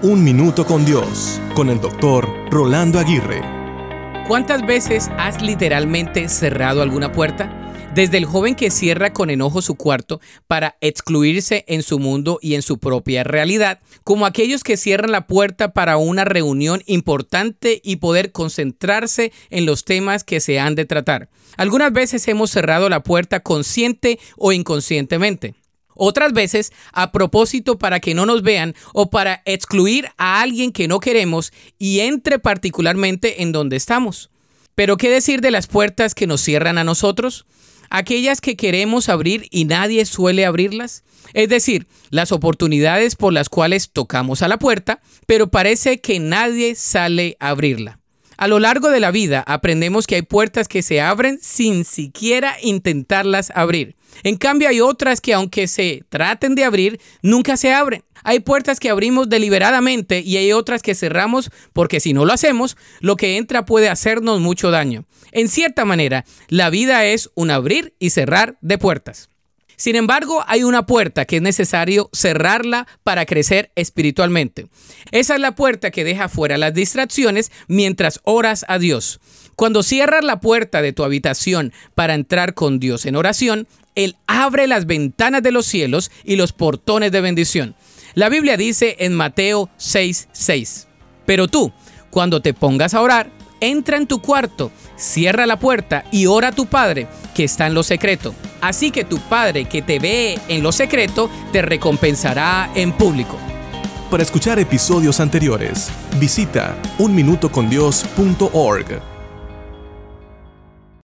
Un Minuto con Dios, con el doctor Rolando Aguirre. ¿Cuántas veces has literalmente cerrado alguna puerta? Desde el joven que cierra con enojo su cuarto para excluirse en su mundo y en su propia realidad, como aquellos que cierran la puerta para una reunión importante y poder concentrarse en los temas que se han de tratar. Algunas veces hemos cerrado la puerta consciente o inconscientemente. Otras veces a propósito para que no nos vean o para excluir a alguien que no queremos y entre particularmente en donde estamos. Pero ¿qué decir de las puertas que nos cierran a nosotros? Aquellas que queremos abrir y nadie suele abrirlas. Es decir, las oportunidades por las cuales tocamos a la puerta, pero parece que nadie sale a abrirla. A lo largo de la vida aprendemos que hay puertas que se abren sin siquiera intentarlas abrir. En cambio hay otras que aunque se traten de abrir, nunca se abren. Hay puertas que abrimos deliberadamente y hay otras que cerramos porque si no lo hacemos, lo que entra puede hacernos mucho daño. En cierta manera, la vida es un abrir y cerrar de puertas. Sin embargo, hay una puerta que es necesario cerrarla para crecer espiritualmente. Esa es la puerta que deja fuera las distracciones mientras oras a Dios. Cuando cierras la puerta de tu habitación para entrar con Dios en oración, Él abre las ventanas de los cielos y los portones de bendición. La Biblia dice en Mateo 6:6, pero tú, cuando te pongas a orar, entra en tu cuarto, cierra la puerta y ora a tu Padre que está en lo secreto. Así que tu Padre que te ve en lo secreto te recompensará en público. Para escuchar episodios anteriores, visita unminutocondios.org.